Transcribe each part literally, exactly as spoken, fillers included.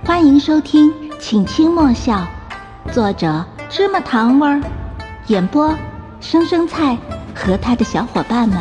欢迎收听《请轻莫笑》，作者芝麻糖味儿，演播生生菜和他的小伙伴们。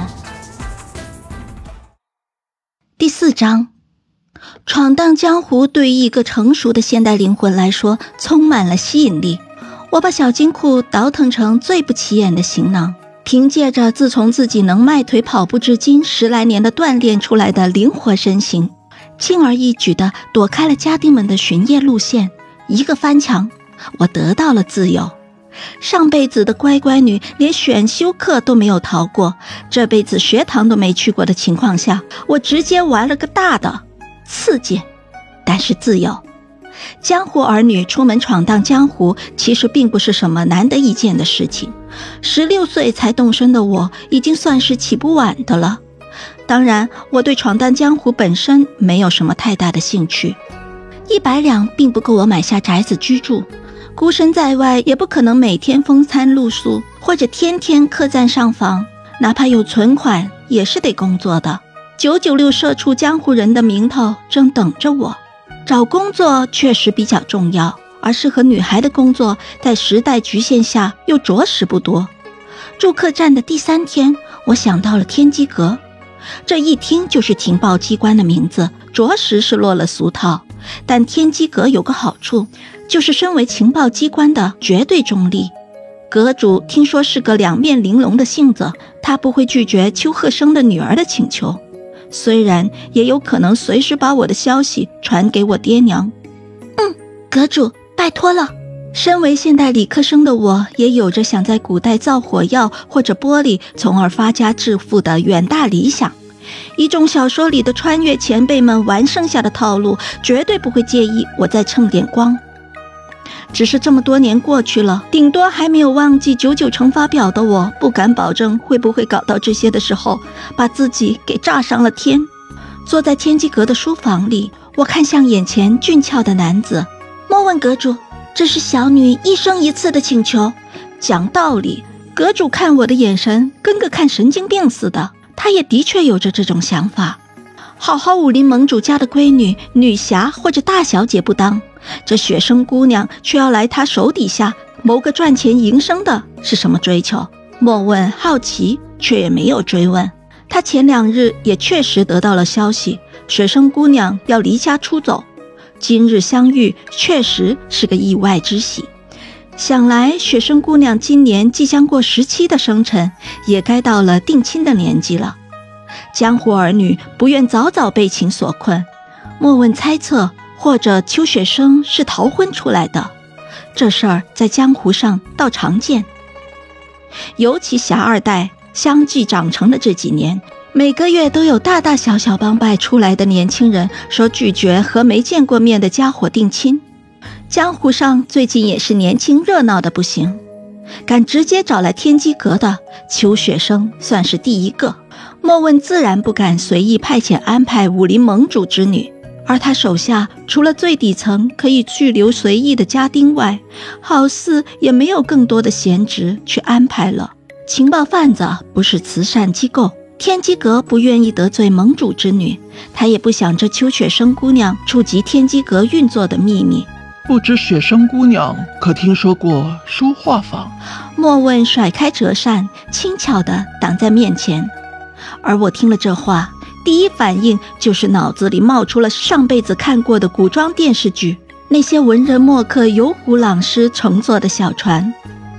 第四章，闯荡江湖对于一个成熟的现代灵魂来说充满了吸引力。我把小金库倒腾成最不起眼的行囊，凭借着自从自己能迈腿跑步至今十来年的锻炼出来的灵活身形，轻而易举地躲开了家丁们的巡夜路线，一个翻墙，我得到了自由。上辈子的乖乖女连选修课都没有逃过，这辈子学堂都没去过的情况下，我直接玩了个大的，刺激，但是自由。江湖儿女出门闯荡江湖，其实并不是什么难得一见的事情。十六岁才动身的我，已经算是起步晚的了。当然，我对闯荡江湖本身没有什么太大的兴趣。一百两并不够我买下宅子居住，孤身在外也不可能每天风餐露宿，或者天天客栈上房，哪怕有存款也是得工作的。九九六社畜江湖人的名头正等着我。找工作确实比较重要，而适合女孩的工作在时代局限下又着实不多。住客栈的第三天，我想到了天机阁，这一听就是情报机关的名字，着实是落了俗套。但天机阁有个好处，就是身为情报机关的绝对中立。阁主听说是个两面玲珑的性子，他不会拒绝邱鹤生的女儿的请求，虽然也有可能随时把我的消息传给我爹娘。嗯，阁主拜托了。身为现代理科生的我，也有着想在古代造火药或者玻璃，从而发家致富的远大理想。一众小说里的穿越前辈们玩剩下的套路，绝对不会介意我再蹭点光。只是这么多年过去了，顶多还没有忘记九九乘法表的我，不敢保证会不会搞到这些的时候，把自己给炸上了天。坐在天机阁的书房里，我看向眼前俊俏的男子，莫问阁主，这是小女一生一次的请求。讲道理，阁主看我的眼神跟个看神经病似的，他也的确有着这种想法。好好武林盟主家的闺女、女侠或者大小姐不当，这雪生姑娘却要来他手底下谋个赚钱营生的，是什么追求？莫问好奇，却也没有追问。他前两日也确实得到了消息，雪生姑娘要离家出走。今日相遇，确实是个意外之喜。想来雪生姑娘今年即将过十七的生辰，也该到了定亲的年纪了。江湖儿女不愿早早被情所困，莫问猜测，或者邱雪生是逃婚出来的，这事儿在江湖上倒常见。尤其侠二代相继长成的这几年，每个月都有大大小小帮派出来的年轻人说拒绝和没见过面的家伙定亲。江湖上最近也是年轻热闹的不行，敢直接找来天机阁的邱雪生算是第一个。莫问自然不敢随意派遣安排武林盟主之女，而他手下除了最底层可以拘留随意的家丁外，好似也没有更多的闲职去安排了。情报贩子不是慈善机构，天机阁不愿意得罪盟主之女，他也不想这邱雪生姑娘触及天机阁运作的秘密。 不知雪生姑娘可听说过书画坊？ 莫问甩开折扇，轻巧地挡在面前。而我听了这话，第一反应就是脑子里冒出了上辈子看过的古装电视剧，那些文人墨客游湖朗诗乘坐的小船。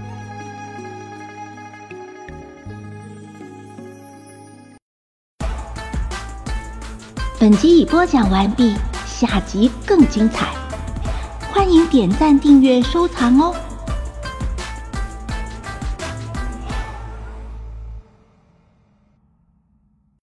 本集已播讲完毕，下集更精彩，欢迎点赞、订阅、收藏哦。